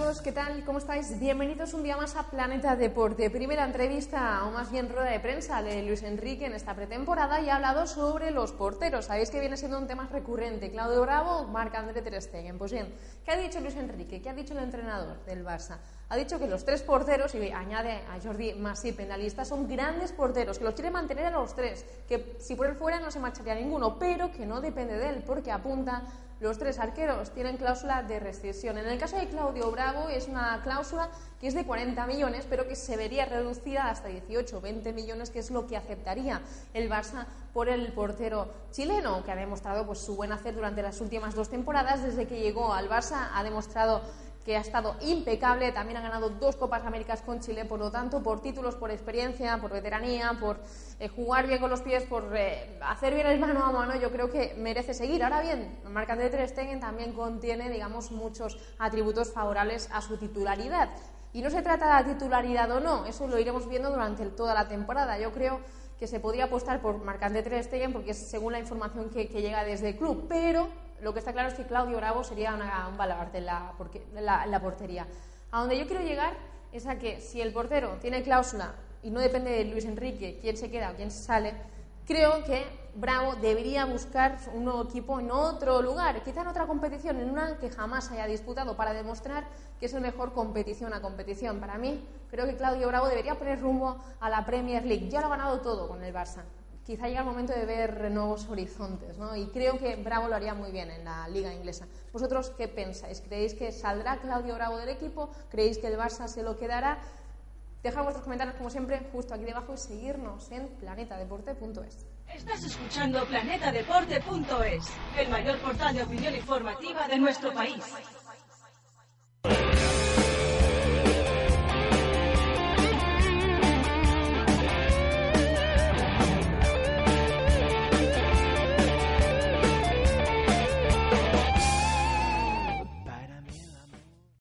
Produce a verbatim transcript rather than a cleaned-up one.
todos, ¿qué tal? ¿Cómo estáis? Bienvenidos un día más a Planeta Deporte. Primera entrevista, o más bien rueda de prensa, de Luis Enrique en esta pretemporada, y ha hablado sobre los porteros. Sabéis que viene siendo un tema recurrente. Claudio Bravo, Marc-André ter Stegen. Pues bien, ¿qué ha dicho Luis Enrique? ¿Qué ha dicho el entrenador del Barça? Ha dicho que los tres porteros, y añade a Jordi Masip en la lista, son grandes porteros, que los quiere mantener a los tres, que si por él fuera no se marcharía ninguno, pero que no depende de él, porque apunta, los tres arqueros tienen cláusula de rescisión. En el caso de Claudio Bravo es una cláusula que es de cuarenta millones, pero que se vería reducida hasta dieciocho o veinte millones, que es lo que aceptaría el Barça por el portero chileno, que ha demostrado pues, su buen hacer durante las últimas dos temporadas. Desde que llegó al Barça ha demostrado que ha estado impecable, también ha ganado dos Copas Américas con Chile, por lo tanto, por títulos, por experiencia, por veteranía, por eh, jugar bien con los pies, por eh, hacer bien el mano a mano, yo creo que merece seguir. Ahora bien, Marc-André ter Stegen también contiene, digamos, muchos atributos favorables a su titularidad. Y no se trata de titularidad o no, eso lo iremos viendo durante toda la temporada. Yo creo que se podría apostar por Marc-André ter Stegen porque es según la información que, que llega desde el club, pero lo que está claro es que Claudio Bravo sería una, un baluarte en la, la, la portería. A donde yo quiero llegar es a que si el portero tiene cláusula y no depende de Luis Enrique quién se queda o quién sale, creo que Bravo debería buscar un nuevo equipo en otro lugar, quizá en otra competición, en una que jamás haya disputado, para demostrar que es el mejor competición a competición. Para mí, creo que Claudio Bravo debería poner rumbo a la Premier League. Ya lo ha ganado todo con el Barça. Quizá llega el momento de ver nuevos horizontes, ¿no? Y creo que Bravo lo haría muy bien en la Liga Inglesa. ¿Vosotros qué pensáis? ¿Creéis que saldrá Claudio Bravo del equipo? ¿Creéis que el Barça se lo quedará? Dejad vuestros comentarios, como siempre, justo aquí debajo y seguirnos en planeta deporte punto es. Estás escuchando planeta deporte punto es, el mayor portal de opinión informativa de nuestro país.